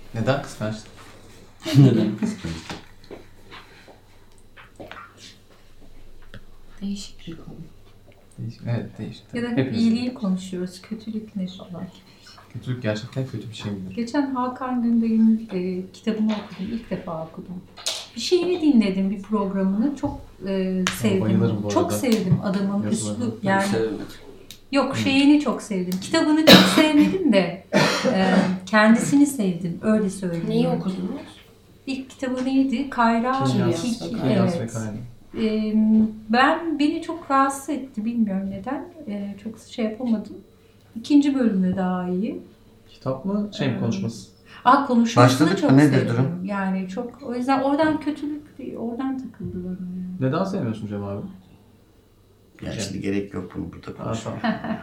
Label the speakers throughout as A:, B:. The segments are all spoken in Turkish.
A: Neden kıskançlık?
B: Neden kıskançlık?
C: Değişik bir konu.
A: Evet değişik.
D: Ya da hep iyiliği konuşuyoruz. Kötülük ne falan.
A: Kötülük gerçekten kötü bir şey midir?
D: Geçen Hakan Günday'ın kitabını okudum. İlk defa okudum. Bir şeyini dinledim, bir programını. Çok sevdim.
A: Bayılırım bu
D: çok
A: arada.
D: sevdim adamın
A: Yazılarını.
D: üslup yani.
B: Sevmedim.
D: Yok şeyini çok sevdim. Kitabını çok sevmedim de kendisini sevdim. Öyle söyleyeyim.
C: Neyi okudunuz?
D: İlk kitabı neydi? Kayra.
A: Kinyas. Kinyas ve
D: Evet.
A: Kayra.
D: Beni çok rahatsız etti. Bilmiyorum neden. Çok şey yapamadım. İkinci bölümde daha iyi.
A: Kitap mı? Şey mi konuşması?
D: Konuşmasını
B: Başladık
D: çok
B: mı? Nedir
D: sevdim.
B: durum?
D: Yani çok o yüzden oradan kötülük değil, oradan takıldı bana. Yani.
A: Neden sevmiyorsun Cem abi?
B: Ya şimdi gerek yok bunu burada
A: Aa,
B: konuşmaya.
A: tamam.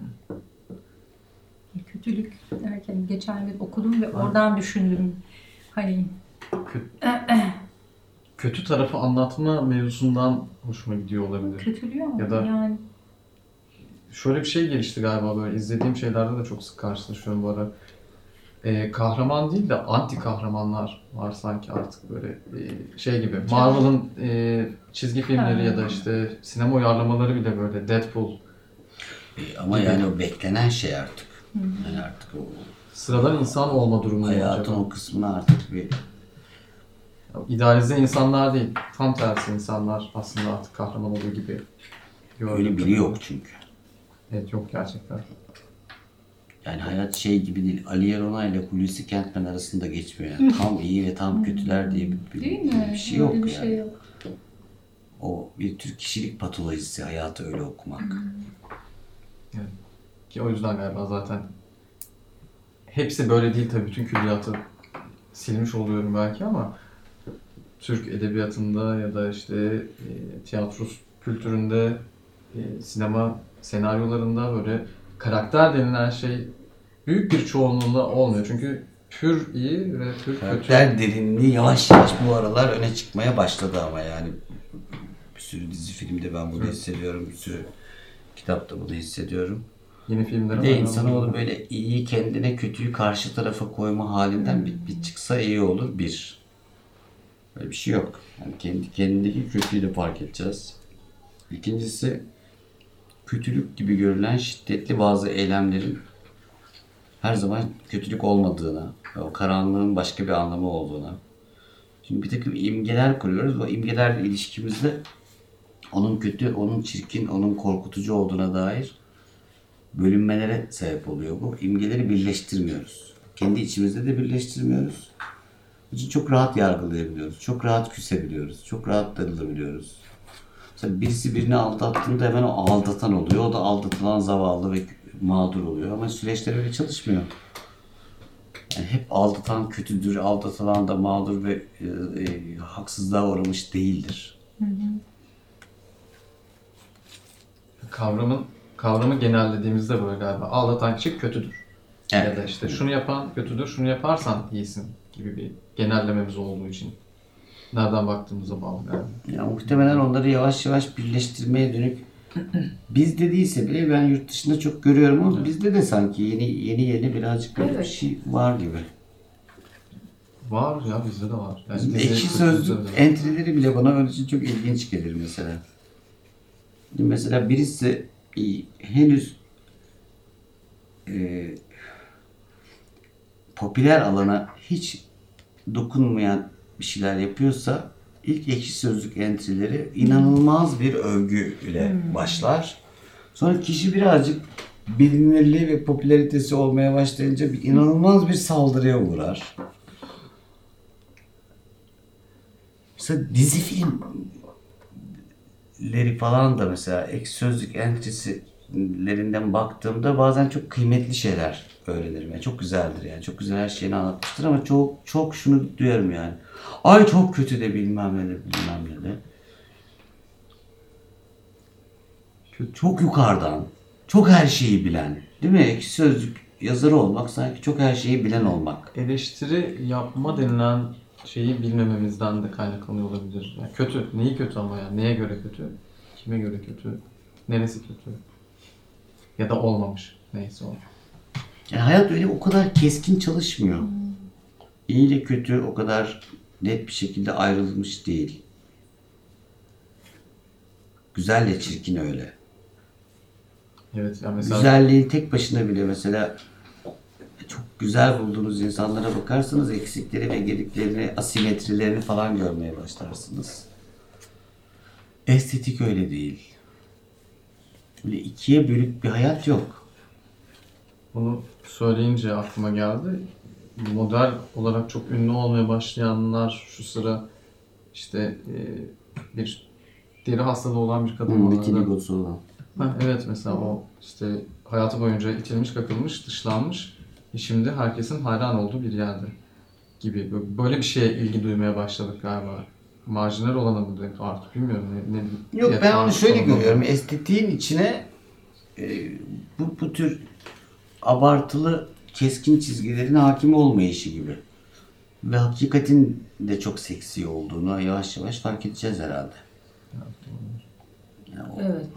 D: Kötülük derken geçen gün okudum ve oradan düşündüm. Hani
A: Kötü tarafı anlatma mevzusundan hoşuma gidiyor olabilir.
D: kötülüğü ama
A: Ya da-
D: yani.
A: Şöyle bir şey gelişti galiba böyle izlediğim şeylerde de çok sık karşılaşıyorum bu ara. Kahraman değil de anti kahramanlar var sanki artık böyle şey gibi. Marvel'ın çizgi filmleri ya da işte sinema uyarlamaları bile böyle Deadpool.
B: Ama yani o beklenen şey artık. Yani artık o
A: Sıradan insan olma durumu mu
B: hayatın
A: acaba?
B: o kısmını artık bir
A: İdealize insanlar değil, tam tersi insanlar aslında artık kahraman olduğu gibi.
B: öyle biri yok çünkü.
A: Evet yok gerçekten.
B: Yani hayat şey gibi değil. Ali Yerona ile Hulusi Kentmen arasında geçmiyor. Yani tam iyi ve tam kötüler diye
D: Değil mi?
B: bir şey yok
D: Öyle bir
B: yani.
D: şey yok.
B: O bir tür kişilik patolojisi hayatı öyle okumak.
A: Ki o yüzden galiba zaten hepsi böyle değil tabii, bütün külliyatı silmiş oluyorum belki ama Türk edebiyatında ya da işte tiyatro kültüründe, sinema senaryolarında böyle karakter denilen şey büyük bir çoğunluğunda olmuyor. Çünkü pür iyi ve pür kötü.
B: Karakter derinliği yavaş yavaş bu aralar öne çıkmaya başladı ama yani bir sürü dizi filmde ben bunu hissediyorum. Bir sürü kitapta bunu hissediyorum.
A: Yeni filmler
B: Bir de insanoğlu böyle iyi kendine kötüyü karşı tarafa koyma halinden bir çıksa iyi olur bir. Böyle bir şey yok. Yani kendi kendindeki kötüyü de fark edeceğiz. İkincisi kötülük gibi görülen şiddetli bazı eylemlerin her zaman kötülük olmadığına, o karanlığın başka bir anlamı olduğuna. Şimdi bir takım imgeler kuruyoruz. O imgelerle ilişkimizde onun kötü, onun çirkin, onun korkutucu olduğuna dair bölünmelere sebep oluyor bu. İmgeleri birleştirmiyoruz. Kendi içimizde de birleştirmiyoruz. Onun için çok rahat yargılayabiliyoruz. Çok rahat küsebiliyoruz. Çok rahat darılabiliyoruz. Mesela birisi birini aldattığında hemen o aldatan oluyor. O da aldatılan zavallı ve mağdur oluyor. Ama süreçler öyle çalışmıyor. Yani hep aldatan kötüdür, aldatılan da mağdur ve haksızlığa uğramış değildir.
A: Kavramı genellediğimizde böyle galiba aldatan kişi kötüdür.
B: Evet.
A: Ya da işte şunu yapan kötüdür, şunu yaparsan iyisin gibi bir genellememiz olduğu için. Nereden baktığımıza bağlı galiba.
B: Ya muhtemelen onları yavaş yavaş birleştirmeye dönük bizde değilse bile ben yurt dışında çok görüyorum ama bizde de sanki yeni birazcık böyle bir şey var gibi.
A: Var ya, bizde de var. Yani
B: Bizim
A: bizde
B: ekşi
A: çok
B: sözlük
A: güzel.
B: entrileri bile bana onun için çok ilginç gelir mesela. Mesela birisi henüz popüler alana hiç dokunmayan bir şeyler yapıyorsa ilk ekşi sözlük entrileri inanılmaz bir övgüyle başlar. Sonra kişi birazcık bilinirliği ve popülaritesi olmaya başlayınca inanılmaz bir saldırıya uğrar. Mesela dizi filmleri falan da mesela ekşi sözlük entrilerinden baktığımda bazen çok kıymetli şeyler öğrenirim. Yani çok güzeldir yani. Çok güzel her şeyini anlatmıştır ama çok şunu duyarım yani. Ay çok kötü de bilmem ne de. Çok yukarıdan, çok her şeyi bilen. Değil mi? Ekşi sözlük yazarı olmak sanki çok her şeyi bilen olmak.
A: Eleştiri yapma denilen şeyi bilmememizden de kaynaklanıyor olabilir. Yani kötü, neyi kötü ama yani neye göre kötü, kime göre kötü, neresi kötü ya da olmamış, neyse o.
B: Yani hayat öyle o kadar keskin çalışmıyor. İyi ile kötü o kadar net bir şekilde ayrılmış değil. Güzelle çirkin öyle.
A: Evet yani mesela
B: Güzelliğin tek başına bile mesela çok güzel bulduğunuz insanlara bakarsanız eksikleri ve gediklerini, asimetrilerini falan görmeye başlarsınız. Estetik öyle değil. Böyle ikiye bölük bir hayat yok.
A: bunu söyleyince aklıma geldi. Model olarak çok ünlü olmaya başlayanlar şu sıra işte bir deri hastalığı olan bir kadın vardı.
B: Vitiligosu olan.
A: Ha, evet mesela o işte hayatı boyunca itilmiş, kakılmış, dışlanmış. Şimdi herkesin hayran olduğu bir yerde gibi. Böyle bir şeye ilgi duymaya başladık galiba. Marjinal olana mı dedik artık bilmiyorum.
B: Yok ben onu şöyle
A: falan.
B: görüyorum. Estetiğin içine bu tür abartılı keskin çizgilerin hakim olmayışı gibi. Ve hakikatin de çok seksi olduğunu yavaş yavaş fark edeceğiz herhalde. Yani
C: Evet.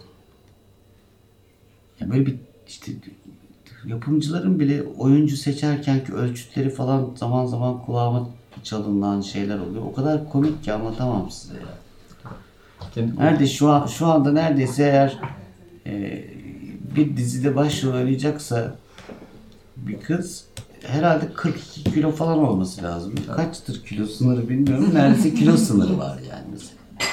B: ya böyle bir işte yapımcıların bile oyuncu seçerkenki ölçütleri falan zaman zaman kulağıma çalınan şeyler oluyor. O kadar komik ki anlatamam size ya. Nerede şu anda neredeyse eğer bir dizide başrol oynayacaksa bir kız herhalde 42 kilo falan olması lazım. Kaçtır kilo sınırı bilmiyorum. Neredeyse kilo sınırı var yani mesela.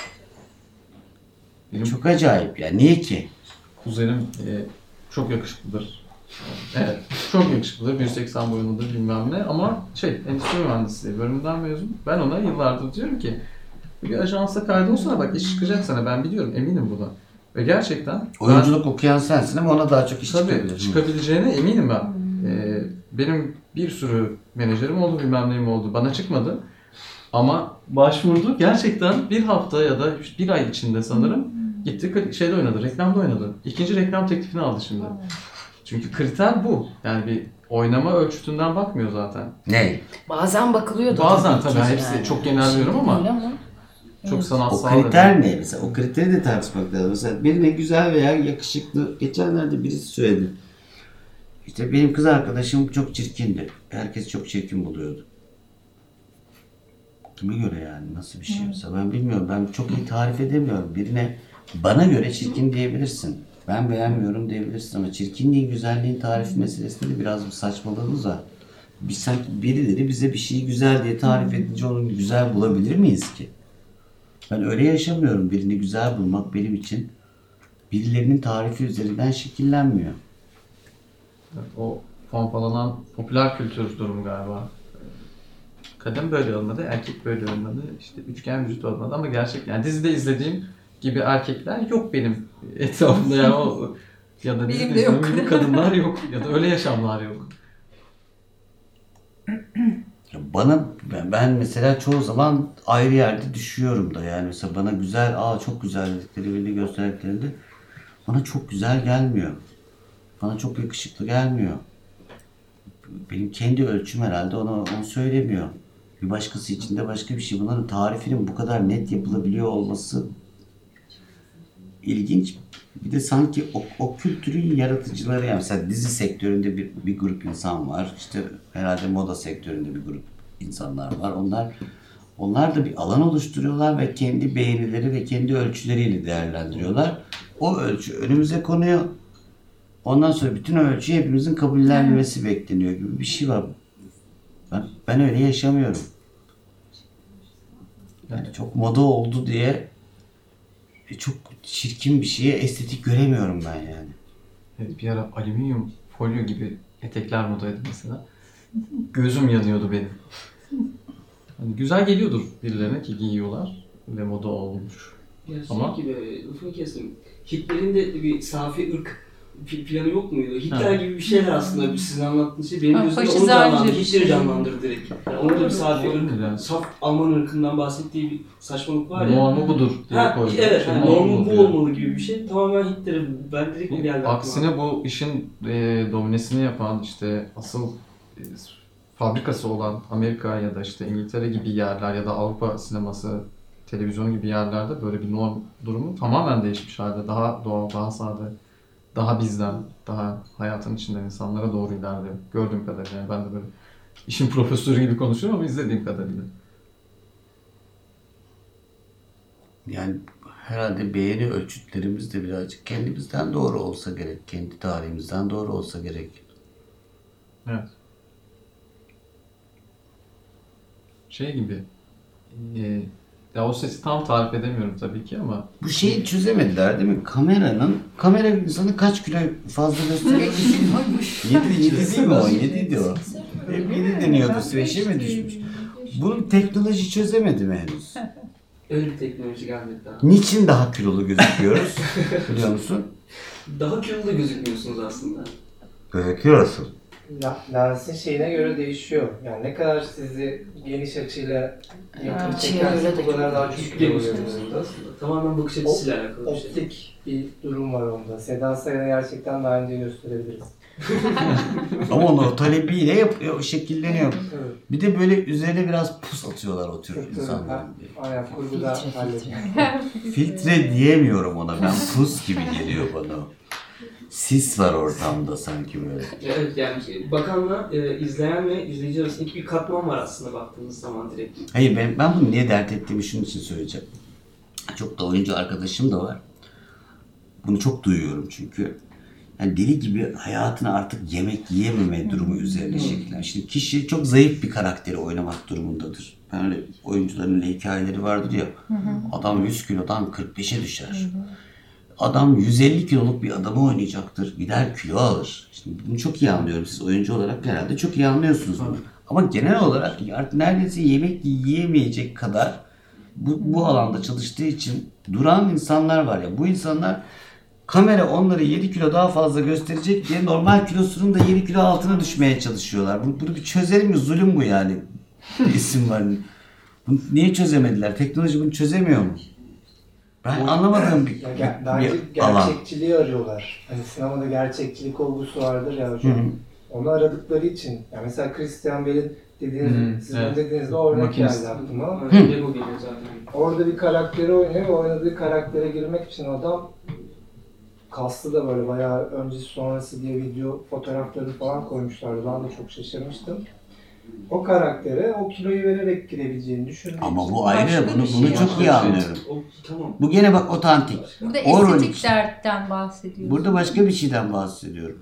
A: Benim
B: Çok acayip ya. Niye ki?
A: kuzenim çok yakışıklıdır. Evet, çok yakışıklıdır. 1.80 boyundadır bilmem ne ama endüstri mühendisliği bölümünden mezun. Ben ona yıllardır diyorum ki bir ajansa kaydolsana bak iş çıkacak sana ben biliyorum eminim buna. Ve gerçekten
B: Oyunculuk okuyan sensin ama ona daha çok iş
A: tabii
B: çıkabilir.
A: çıkabileceğine eminim ben. Benim bir sürü menajerim oldu bilmem neyim oldu bana çıkmadı. Ama başvurdu gerçekten bir hafta ya da bir ay içinde sanırım gitti şeyde oynadı, reklamda oynadı. İkinci reklam teklifini aldı şimdi. Çünkü kriter bu. Yani bir oynama ölçütünden bakmıyor zaten.
B: Ne?
C: Bazen bakılıyor da
A: Bazen
C: tabii
A: tabii
C: ki
A: hepsi
C: yani.
A: çok genelliyorum ama
C: Değil ama
A: çok
C: evet.
B: O
A: sanatsal.
B: kriter ne mesela? O kriteri de tartışmak lazım. Mesela birine güzel veya yakışıklı. Geçenlerde birisi söyledi. İşte benim kız arkadaşım çok çirkindi. Herkes çok çirkin buluyordu. Kime göre yani? Nasıl bir şey mesela? Ben bilmiyorum. Ben çok iyi tarif edemiyorum. Birine bana göre çirkin diyebilirsin. Ben beğenmiyorum diyebilirsin ama çirkinliğin, güzelliğin tarifi meselesinde de biraz bir saçmalığımız var. Biz sanki birileri bize bir şeyi güzel diye tarif edince onu güzel bulabilir miyiz ki? Ben öyle yaşamıyorum. Birini güzel bulmak benim için birilerinin tarifi üzerinden şekillenmiyor.
A: Evet, o pompalanan popüler kültür durumu galiba. Kadın böyle olmadı, erkek böyle olmadı, işte üçgen vücut olmadı ama gerçek yani dizide izlediğim gibi erkekler yok benim etrafımda yani o ya da
D: Benim
A: dizide
D: de yok.
A: izlediğim gibi kadınlar yok ya da öyle yaşamlar yok.
B: Ya ben mesela çoğu zaman ayrı yerde düşüyorum da yani mesela bana güzel, çok güzel dedikleri birini gösterdiklerinde bana çok güzel gelmiyor. Bana çok yakışıklı gelmiyor. Benim kendi ölçüm herhalde onu söylemiyor. Bir başkası için de başka bir şey. Bunların tarifinin bu kadar net yapılabiliyor olması ilginç. Bir de sanki o kültürün yaratıcıları yani mesela dizi sektöründe bir grup insan var. İşte herhalde moda sektöründe bir grup insanlar var. Onlar da bir alan oluşturuyorlar ve kendi beğenileri ve kendi ölçüleriyle değerlendiriyorlar. O ölçü önümüze konuyor. Ondan sonra bütün ölçüyü hepimizin kabullenmesi bekleniyor gibi bir şey var. Ben öyle yaşamıyorum. Yani çok moda oldu diye çok çirkin bir şeye estetik göremiyorum ben yani.
A: Evet, bir ara alüminyum folyo gibi etekler modaydı mesela. Gözüm yanıyordu benim. Hani güzel geliyordur birilerine ki giyiyorlar ve moda olmuş.
E: Ya
A: Ama-
E: şey gibi, lafını kestim. Hitler'in de bir safi ırk planı yok muydu? Hitler gibi bir şeyler aslında sizin anlattığınız şey. Benim
D: Ha,
E: gözümde onu
D: faşizanca
E: canlandırdı.
D: bir
E: Hitler'i
D: şey.
E: canlandırdı direkt. Yani orada bir safi
A: Olabilir yani.
E: ırk, saf Alman ırkından bahsettiği bir saçmalık var ya.
A: Normu budur diye
E: Ha,
A: koydu.
E: evet, yani
A: Normu
E: normun bu
A: diyor.
E: olmalı gibi bir şey. Tamamen Hitler'e ben direkt bu geldi aklıma.
A: Aksine bu işin dominesini yapan işte asıl fabrikası olan Amerika ya da işte İngiltere gibi yerler ya da Avrupa sineması, televizyonu gibi yerlerde böyle bir norm durumu tamamen değişmiş halde. Daha doğal, daha sade, daha bizden, daha hayatın içinden insanlara doğru ilerliyor. Gördüğüm kadarıyla yani ben de böyle işin profesörü gibi konuşuyorum ama izlediğim kadarıyla.
B: Yani herhalde beğeni ölçütlerimiz de birazcık kendimizden doğru olsa gerek. Kendi tarihimizden doğru olsa gerek.
A: Evet. Şey gibi. Ya o sesi tam tarif edemiyorum tabii ki ama
B: Bu şeyi çözemediler değil mi? Kamera insanı kaç kilo fazla gösteriyor? 7 değil mi o? 7'ydi o. Hep 7 deniyordu. 5'e mi düşmüş? Bunu teknoloji çözemedi mi henüz?
E: Öyle bir teknoloji gelmedi daha.
B: Niçin daha kilolu gözüküyoruz? Biliyor musun?
E: Daha kilolu da gözükmüyorsunuz aslında.
B: Gözüküyorsun.
C: Lensin şeyine göre değişiyor. Yani ne kadar sizi geniş açıyla yakın
F: Açıya
C: çekerse
F: öyle de
C: o kadar daha
E: Küçük
C: çok
E: görüyorsunuz
C: görüyorsunuz.
E: aslında. Tamamen bakış açısıyla alakalı bir şey.
C: Optik bir durum var onda. Seda Sayan'ı gerçekten daha önce gösterebiliriz.
B: Ama onu o talebiyle yapıyor, şekilleniyor.
C: Evet.
B: Bir de böyle üzerine biraz pus atıyorlar o tür
C: Çok
B: insanlar.
C: Aynen kurguda
F: Filtre,
C: hallediyor.
B: Filtre diyemiyorum ona ben. Pus gibi geliyor bana. Sis var ortamda sanki böyle.
E: Evet yani bakanla izleyen ve izleyici arasındaki bir katman var aslında baktığınız zaman direkt.
B: Hayır ben bunu niye dert ettiğimi şunun için söyleyeceğim. Çok da oyuncu arkadaşım da var. Bunu çok duyuyorum çünkü. Yani deli gibi hayatını artık yemek yiyememe durumu üzerine şekillenen. Şimdi kişi çok zayıf bir karakteri oynamak durumundadır. Ben öyle oyuncuların öyle hikayeleri vardır ya. Adam 100 kilodan 45'e düşer. Adam 150 kiloluk bir adamı oynayacaktır. Gider kilo alır. Şimdi bunu çok iyi anlıyorum. Siz oyuncu olarak herhalde çok iyi anlıyorsunuz bunu. Ama genel olarak artık neredeyse yemek yiyemeyecek kadar bu alanda çalıştığı için duran insanlar var ya. Bu insanlar kamera onları 7 kilo daha fazla gösterecek diye normal kilosunun da 7 kilo altına düşmeye çalışıyorlar. Bunu bir çözelim mi? Zulüm bu yani. Bir isim var. Bunu niye çözemediler? Teknoloji bunu çözemiyor mu? Ben anlamadığım
C: Daha önce
B: bir alan.
C: gerçekçiliği arıyorlar. Hani sinemada gerçekçilik olgusu vardır ya hocam. Onu aradıkları için. Yani mesela Christian Bale'in dediğiniz, sizin
A: evet.
C: dediğinizde o örnek
A: Makinist.
C: geldi aklıma.
E: Lego geliyor zaten.
C: Orada bir karakteri oynuyor ve oynadığı karaktere girmek için adam kaslı da böyle bayağı öncesi sonrası diye video fotoğrafları falan koymuşlardı. Ben de çok şaşırmıştım. O karaktere o kiloyu vererek girebileceğini düşündüğüm
B: Ama
C: için.
B: bu ayrı.
D: Başka bir
B: Bunu
D: şey
B: çok iyi anlıyorum.
E: Tamam.
B: Bu gene bak otantik.
D: Burada
B: O rol
D: estetik
B: için.
D: dertten bahsediyoruz.
B: Burada başka bir şeyden bahsediyorum.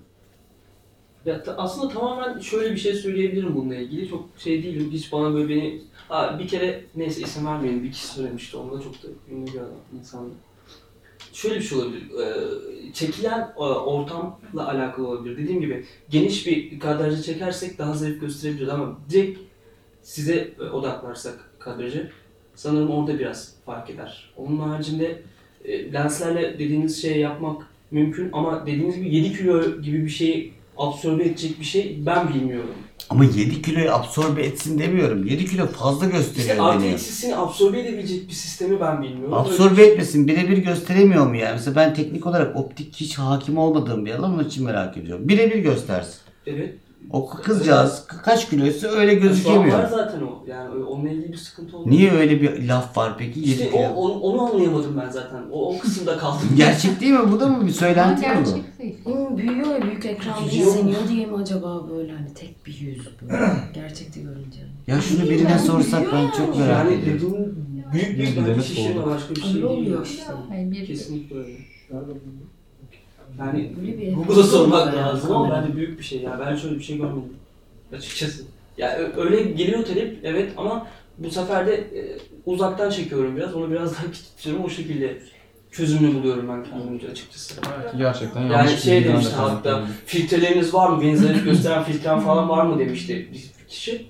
E: Ya aslında tamamen şöyle bir şey söyleyebilirim bununla ilgili. Çok şey değil, hiç bana böyle beni... bir kere neyse isim vermeyin, bir kişi söylemişti. Onda çok da ünlü bir adam, insandı. Şöyle bir şey olabilir, çekilen ortamla alakalı olabilir. Dediğim gibi geniş bir kadrajı çekersek daha zayıf gösterebiliriz ama direkt size odaklarsak kadrajı sanırım orada biraz fark eder. Onun haricinde lenslerle dediğiniz şeyi yapmak mümkün ama dediğiniz gibi 7 kilo gibi bir şeyi absorbe edecek bir şey ben bilmiyorum.
B: Ama 7 kiloyu absorbe etsin demiyorum. 7 kilo fazla gösteriyor
E: İşte artı
B: deniyor.
E: eksisini absorbe edebilecek bir sistemi ben bilmiyorum.
B: Absorbe etmesin, birebir gösteremiyor mu yani? Mesela ben teknik olarak optik hiç hakim olmadığım bir alan, onun için merak ediyorum. Birebir göstersin.
E: Evet.
B: O kızcağız kaç kiloysa öyle
E: Şu an var
B: gözükemiyor.
E: zaten o. Yani onunla ilgili bir sıkıntı olmuyor.
B: Niye öyle bir laf var peki? 7
E: İşte
B: kilo.
E: onu anlayamadım ben zaten. O kısımda kaldım.
B: Gerçek değil mi? Bu da mı bir
D: Ama
B: söylenti mi bu?
D: gerçek değil.
F: Büyüyor ya büyük ekranda
E: Büyüyor mu?
F: izleniyor diye mi acaba böyle hani tek bir yüz böyle gerçekte görünce.
B: Ya şunu birine sorsak ben çok merak
E: Yani
B: ediyorum.
E: dediğim büyük bir
A: Bilgilerimiz
E: şişirme
A: oldu.
E: başka bir şey
F: Öyle
E: değil.
F: oluyor işte.
D: Yani bir
E: Kesinlikle öyle.
C: Şöyle
E: Yani
F: Böyle bir
E: Google'a sormak
F: yani
E: lazım ama
F: kamera.
E: bence büyük bir şey ya. Ben şöyle bir şey görmedim. Açıkçası. Ya öyle geliyor talep evet ama bu sefer de uzaktan çekiyorum biraz. Onu biraz daha küçültüyorum. O şekilde çözümünü buluyorum ben kendimce açıkçası.
A: belki gerçekten
E: Yani
A: yanlış
E: şey
A: bilgiden de
E: demişti hatta,
A: kaynaklanıyor.
E: filtreleriniz var mı? Beni zayıf gösteren filtren falan var mı demişti bir kişi.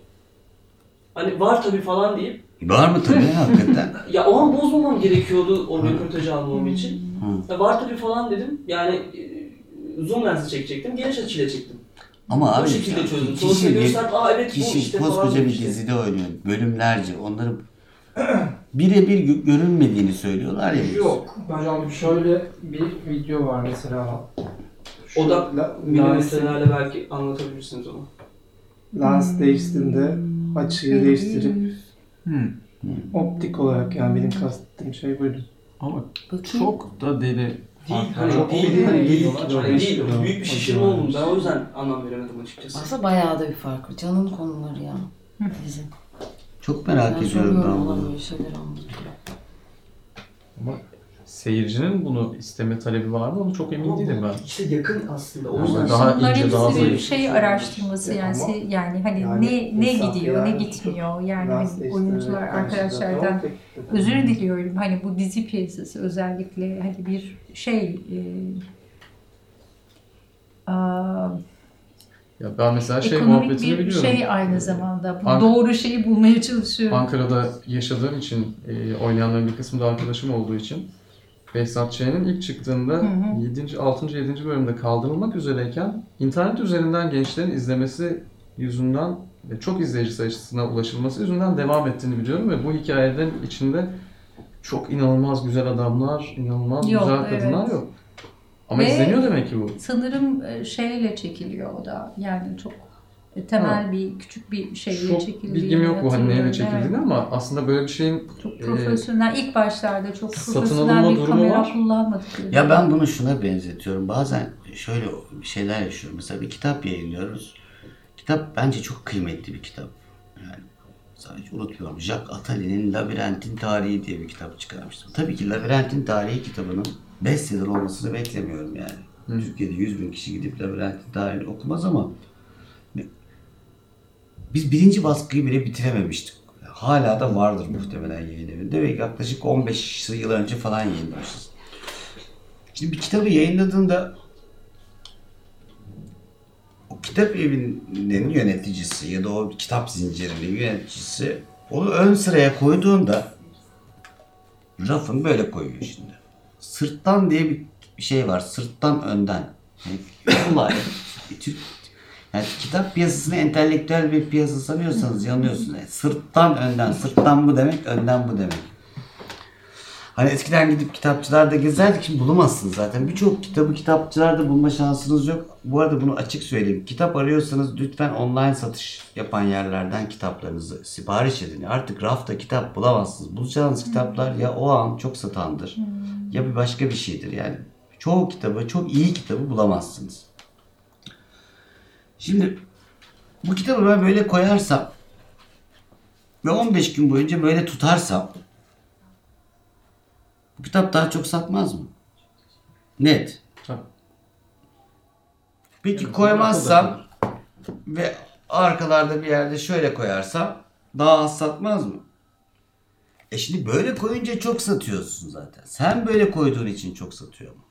E: Hani var tabii falan deyip,
B: Var mı tabii hakikaten?
E: ya o an bozmamam gerekiyordu o röportajı almam için.
B: Hı.
E: Ya var tabii falan dedim. Yani zoom lensi çekecektim, geniş açıyla çektim.
B: Ama
E: O
B: abi
E: şekilde çözdüm. Sonuçta gösterdim, evet bu
B: kişi
E: işte falan
B: koskoca bir
E: demişti.
B: dizide oynuyor. Bölümlerce. Onların birebir görünmediğini söylüyorlar ya.
C: Yok. Hocam şöyle bir video var mesela.
E: O da
C: lensin,
E: milimetrelerle belki anlatabilirsiniz onu.
C: lens değiştiğinde açıyı değiştirip
A: Hmm.
C: optik olarak yani benim kastettiğim şey buydu.
A: Ama
F: Bakayım.
A: çok da deli
E: Değil, hani
A: Çok
E: değil,
A: iyi
E: hani
A: değil.
E: hani değil. Büyük bir şişirme oldu. Ben o yüzden anlam veremedim açıkçası.
F: Aslında bayağı da bir fark var. Canım konuları ya. Bizim.
B: Çok merak
F: Ben
B: ediyorum
F: soruyorum
B: ben
F: ona
B: bunu.
F: böyle şeyler anlatıyor.
A: Ama seyircinin bunu isteme talebi var mı? Onu çok emin değilim ben.
E: İşte yakın aslında. O
A: Ama
E: yüzden
A: daha
D: Bunlar
A: ince, daha
D: hepsi bir
A: zayıf.
D: şey araştırması yani
C: Ama
D: yani hani
C: yani
D: ne
C: insan
D: gidiyor, ne
C: yani
D: gitmiyor yani
C: üniversite
D: hani oyuncular
C: işte
D: arkadaşlardan
C: karşıda
D: özür diliyorum hani bu dizi piyasası özellikle hani bir şey
A: Ya ben mesela şey
D: ekonomik
A: muhabbetini
D: bir
A: biliyorum.
D: şey aynı zamanda bu
A: Ank-
D: doğru şeyi bulmaya çalışıyorum.
A: Ankara'da yaşadığım için, oynayanların bir kısmı da arkadaşım olduğu için Behzat Ç'nin ilk çıktığında 6. 7. bölümde kaldırılmak üzereyken internet üzerinden gençlerin izlemesi yüzünden ve çok izleyici sayısına ulaşılması yüzünden devam ettiğini biliyorum ve bu hikayelerin içinde çok inanılmaz güzel adamlar, inanılmaz
D: Yok,
A: güzel kadınlar
D: evet.
A: yok. Ama
D: Ve
A: izleniyor demek ki bu.
D: Sanırım şeyle çekiliyor o da yani çok temel bir küçük bir şeyle
A: Çok
D: çekildiğini
A: bilgim yok bu hani neyle
D: hatırlıyorum.
A: çekildiğini
D: Evet.
A: ama aslında böyle bir şeyin
D: Çok profesyonel, ilk başlarda çok
A: satın
D: profesyonel
A: alınma
D: bir
A: durumu
D: kamera
A: var.
D: kullanmadık.
B: Ya ben bunu şuna benzetiyorum. Bazen şöyle bir şeyler yaşıyorum. Mesela bir kitap yayınlıyoruz. Kitap bence çok kıymetli bir kitap. Yani sadece unutmuyorum. Jacques Attali'nin Labirentin Tarihi diye bir kitap çıkarmıştım. Tabii ki Labirentin Tarihi kitabının bestseller olmasını beklemiyorum yani. Türkiye'de 100.000 kişi gidip Labirentin Tarihi'ni okumaz ama biz birinci baskıyı bile bitirememiştik. Hala da vardır muhtemelen yayın evinde ve yaklaşık 15 yıl önce falan yayınlamışız. Şimdi bir kitabı yayınladığında o kitap evinin yöneticisi ya da o kitap zincirinin yöneticisi onu ön sıraya koyduğunda rafını böyle koyuyor şimdi. Sırttan diye bir şey var. Sırttan önden. Olay. Yani kitap piyasasını entelektüel bir piyasa sanıyorsanız yanılıyorsunuz. Yani sırttan önden. Sırttan bu demek, önden bu demek. Hani eskiden gidip kitapçılarda gezerdik, şimdi bulamazsınız zaten. Birçok kitabı kitapçılarda bulma şansınız yok. Bu arada bunu açık söyleyeyim. Kitap arıyorsanız lütfen online satış yapan yerlerden kitaplarınızı sipariş edin. Artık rafta kitap bulamazsınız. Bulacağınız kitaplar ya o an çok satandır ya bir başka bir şeydir. Yani çoğu kitabı, çok iyi kitabı bulamazsınız. Şimdi bu kitabı ben böyle koyarsam ve 15 gün boyunca böyle tutarsam bu kitap daha çok satmaz mı? Net.
A: Tabii.
B: Peki koymazsam ve arkalarda bir yerde şöyle koyarsam daha az satmaz mı? Şimdi böyle koyunca çok satıyorsun zaten. Sen böyle koyduğun için çok satıyor mu?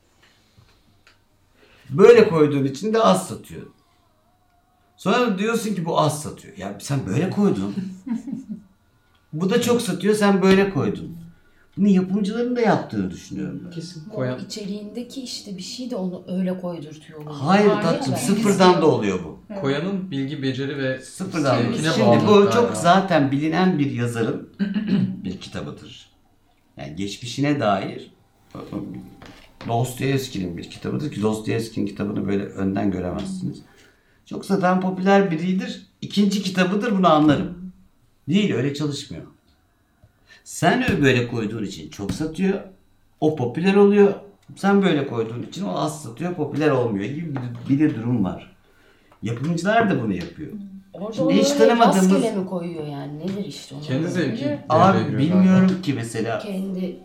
B: Böyle koyduğun için de az satıyor. Sonra da diyorsun ki bu az satıyor. Ya sen böyle koydun. Bu da çok satıyor, sen böyle koydun. Bunu yapımcıların da yaptığını düşünüyorum ben.
E: Kesin.
F: O içeriğindeki işte bir şey de onu öyle koydurtuyor.
B: Hayır tatlım, sıfırdan da oluyor bu.
A: Koyanın bilgi, beceri ve
B: Sıfırdan.
A: zevkine
B: Şimdi
A: bağlı
B: bu
A: galiba.
B: çok zaten bilinen bir yazarın bir kitabıdır. Yani geçmişine dair Dostoyevski'nin bir kitabıdır ki Dostoyevski'nin kitabını böyle önden göremezsiniz. Çok zaten popüler biridir. İkinci kitabıdır, bunu anlarım. Değil, öyle çalışmıyor. Sen böyle koyduğun için çok satıyor. O popüler oluyor. Sen böyle koyduğun için o az satıyor, popüler olmuyor gibi bir de durum var. Yapımcılar da bunu yapıyor.
F: Orada
B: Şimdi
F: onu
B: hiç
F: öyle
B: tanımadığımız-
F: rastgele mi koyuyor yani? Nedir işte onu?
A: Kendi zevki. devreye
B: Abi
A: giriyor
B: bilmiyorum
A: galiba.
B: ki mesela
F: Kendi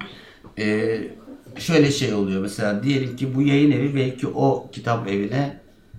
B: şöyle şey oluyor mesela diyelim ki bu yayın evi belki o kitap evine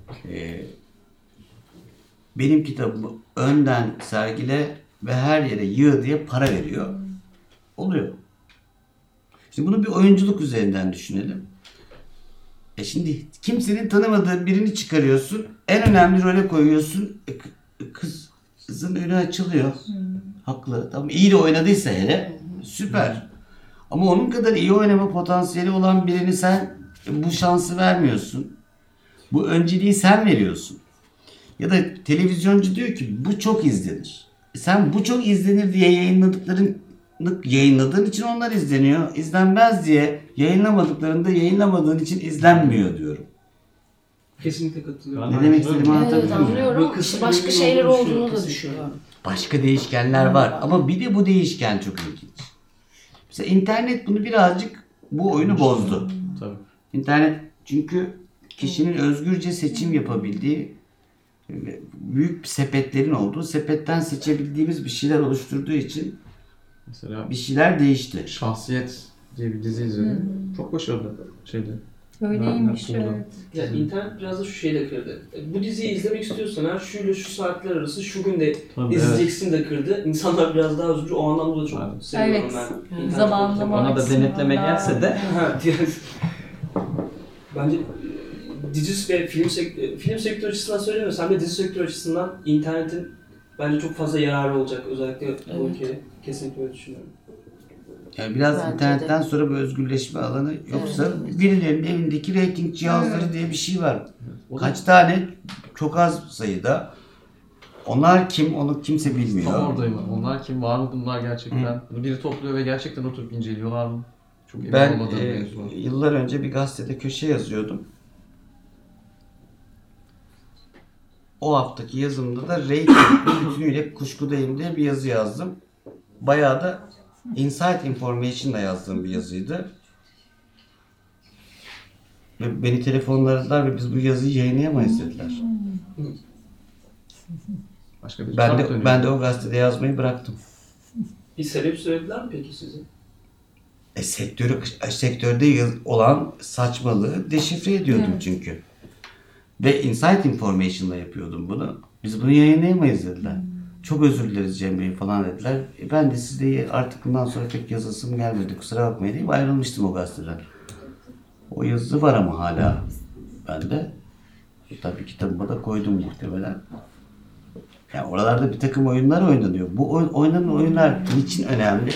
B: benim kitabımı önden sergile ve her yere yığ diye para veriyor. Oluyor. Şimdi bunu bir oyunculuk üzerinden düşünelim. Şimdi kimsenin tanımadığı birini çıkarıyorsun. En önemli role koyuyorsun. Kızın önü açılıyor. Haklı. Tamam, iyi de oynadıysa hele süper. Ama onun kadar iyi oynama potansiyeli olan birini sen bu şansı vermiyorsun. Bu önceliği sen veriyorsun. Ya da televizyoncu diyor ki bu çok izlenir. Sen bu çok izlenir diye yayınladığın için onlar izleniyor. İzlenmez diye yayınlamadıklarında yayınlamadığın için izlenmiyor diyorum.
E: Kesinlikle katılıyorum.
B: Ne demek istediğimi
F: evet,
B: anlatabiliyor muyum?
F: anlıyorum.
E: Yok,
F: İşte başka
E: kesinlikle
F: şeyler
E: olduğunu
F: olduğunu da
E: düşünüyorum.
F: düşünüyorum.
B: Başka değişkenler var ama bir de bu değişken çok ilginç. Mesela internet bunu birazcık bu oyunu bozdu.
A: Tabii.
B: İnternet çünkü kişinin özgürce seçim yapabildiği, büyük sepetlerin olduğu, sepetten seçebildiğimiz bir şeyler oluşturduğu için
A: Mesela
B: bir şeyler değişti.
A: Şahsiyet diye bir dizi izledim. Çok başarılı şeydi.
D: Öyleymiş,
A: Ben-
D: evet.
E: Yani internet biraz da şu şeyle kırdı. Bu diziyi izlemek istiyorsan eğer şuyla şu saatler arası şu günde
A: Tabii,
E: izleyeceksin de kırdı. İnsanlar biraz daha özgür. O anlamda da çok
A: Evet.
E: seviyorum
D: Evet.
E: ben. İnternet
D: Zamanlama
E: ortamını.
A: Ona da
D: açısından
A: denetleme
D: daha-
A: gelse de
E: Ha, bence dizi ve film sektörü açısından söylemiyorsam de dizi sektörü açısından internetin bence çok fazla yararı olacak. Özellikle bu
F: Evet.
E: ülkeye. Kesinlikle öyle düşünüyorum.
B: Yani biraz
F: Bence
B: internetten sonra bu özgürleşme alanı yoksa birilerinin evindeki rating cihazları diye bir şey var.
A: o da
B: Kaç tane? Çok az sayıda. Onlar kim? Onu kimse
A: tam
B: bilmiyor.
A: oradayım. Onlar kim? Var mı bunlar gerçekten? Bunu biri topluyor ve gerçekten oturup inceliyorlar mı? Çok emin
B: Ben
A: olmadığım mevzular.
B: yıllar önce bir gazetede köşe yazıyordum. O haftaki yazımda da rating bütünüyle kuşkudayım diye bir yazı yazdım. Bayağı da Inside Information'la yazdığım bir yazıydı. Ve beni telefonladılar ve biz bu yazıyı yayınlayamayız dediler.
A: Başka bir
B: Ben
A: çark
B: de
A: dönüyor.
B: ben de o gazetede yazmayı bıraktım.
E: Bir sebep söylediler mi peki size?
B: Sektörde olan saçmalığı deşifre ediyordum
D: Evet.
B: çünkü. Ve Inside Information'la yapıyordum bunu. Biz bunu yayınlayamayız dediler. Çok özür dileriz Cem Bey falan dediler. Ben de sizde artık bundan sonra pek yazısım gelmedi. Kusura bakmayın deyip ayrılmıştım o gazeteden. O yazı var ama hala bende. Tabii kitabıma da koydum muhtemelen. Yani oralarda bir takım oyunlar oynanıyor. Bu oynanan oyunlar niçin önemli?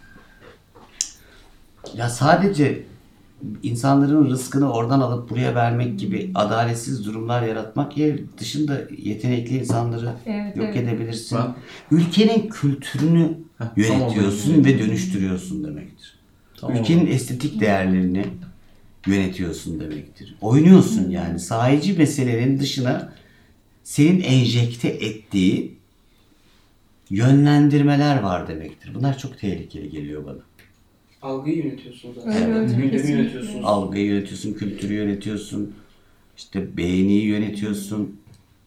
B: Ya sadece insanların rızkını oradan alıp buraya vermek gibi adaletsiz durumlar yaratmak yer dışında yetenekli insanları
D: Evet,
B: yok
D: evet.
B: edebilirsin.
A: Ben-
B: Ülkenin kültürünü
A: Heh,
B: yönetiyorsun
A: tamam.
B: ve dönüştürüyorsun demektir.
A: Tamam.
B: Ülkenin estetik değerlerini yönetiyorsun demektir. Oynuyorsun yani. Sahici meselelerin dışına senin enjekte ettiği yönlendirmeler var demektir. Bunlar çok tehlikeli geliyor bana.
E: Algıyı yönetiyorsunuz zaten.
D: Öyle, öyle,
E: Gündemi
D: kesinlikle.
E: yönetiyorsunuz.
B: Algıyı yönetiyorsun, kültürü yönetiyorsun, işte beğeniyi yönetiyorsun.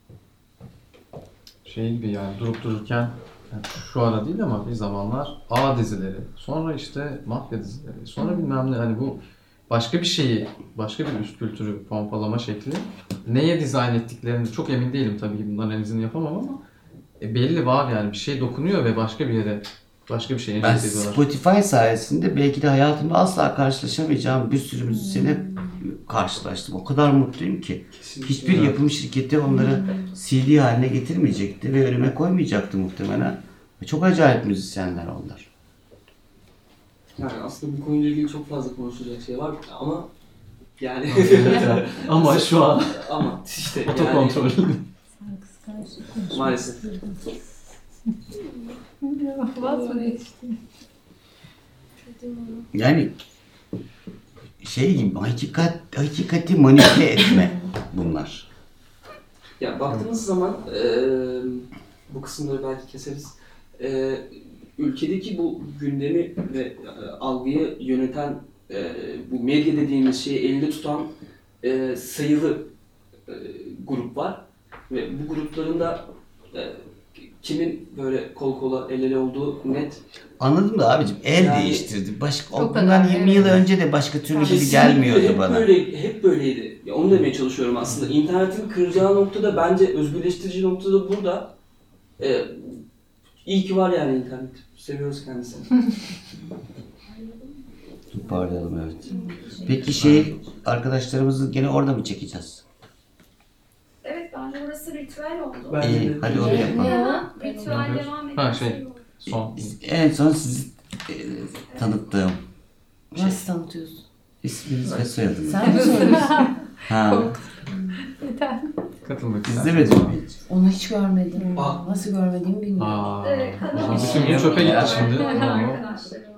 A: Şey gibi yani durup dururken yani şu ara değil ama bir zamanlar A dizileri, sonra işte mafya dizileri, sonra bilmem ne hani bu başka bir şeyi, başka bir üst kültürü pompalama şekli neye dizayn ettiklerini çok emin değilim tabii ki bunların analizini yapamam ama belli var yani bir şey dokunuyor ve başka bir yere başka bir şey
B: Ben
A: enjekte ediyorlar.
B: Spotify sayesinde belki de hayatımda asla karşılaşamayacağım bir sürü müzisyene karşılaştım. O kadar mutluyum ki.
E: Kesinlikle.
B: Hiçbir yapım şirketi onları CD haline getirmeyecekti ve önüme koymayacaktı muhtemelen. Ve çok acayip müzisyenler onlar.
E: Yani aslında bu konuyla ilgili çok fazla konuşulacak şey var ama yani
A: Ama şu an
E: ama işte
A: otokontrol.
E: yani maalesef.
D: Vazgeçti.
B: Yani şey gibi hakikati manipüle etme bunlar.
E: Ya baktığınız zaman bu kısımları belki keseriz. Ülkedeki bu gündemi ve algıyı yöneten bu medya dediğimiz şeyi elinde tutan sayılı grup var ve bu grupların da kimin böyle kol kola el ele olduğu net.
B: Anladım da abicim el
E: Yani-
B: değiştirdi.
D: O
B: Bundan
D: kadar,
B: 20 yıl
D: evet.
B: önce de başka türlü gibi
E: Kesinlikle
B: gelmiyordu
E: hep
B: bana.
E: hep böyleydi. Ya onu demeye çalışıyorum aslında. İnternetin kıracağı noktada bence özgürleştirici noktada burada. İyi ki var yani internet. Seviyoruz kendisini.
B: Toparlayalım evet. Peki arkadaşlarımızı gene orada mı çekeceğiz?
G: Evet, bence burası ritüel oldu.
E: Bence
B: İyi,
E: de-
B: hadi oraya yapalım.
G: Ritüel
A: Ne
G: devam
A: Ha,
G: ederse
A: şey.
G: iyi olur.
A: Son.
B: En son sizi tanıttığım
F: Nasıl tanıtıyorsun?
B: isminiz ve soyadınız.
F: Sen mi söylüyorsun?
B: Ha,
D: Yeter.
A: Katılmak
B: izlemedin mi hiç?
F: Onu hiç görmedim.
E: Aa.
F: Nasıl görmediğimi bilmiyorum.
A: Aa,
G: Evet,
A: o zaman
G: kanal-
A: bütün gün çöpe gitti şimdi.
G: Evet,
A: Tamam.
G: arkadaşlarım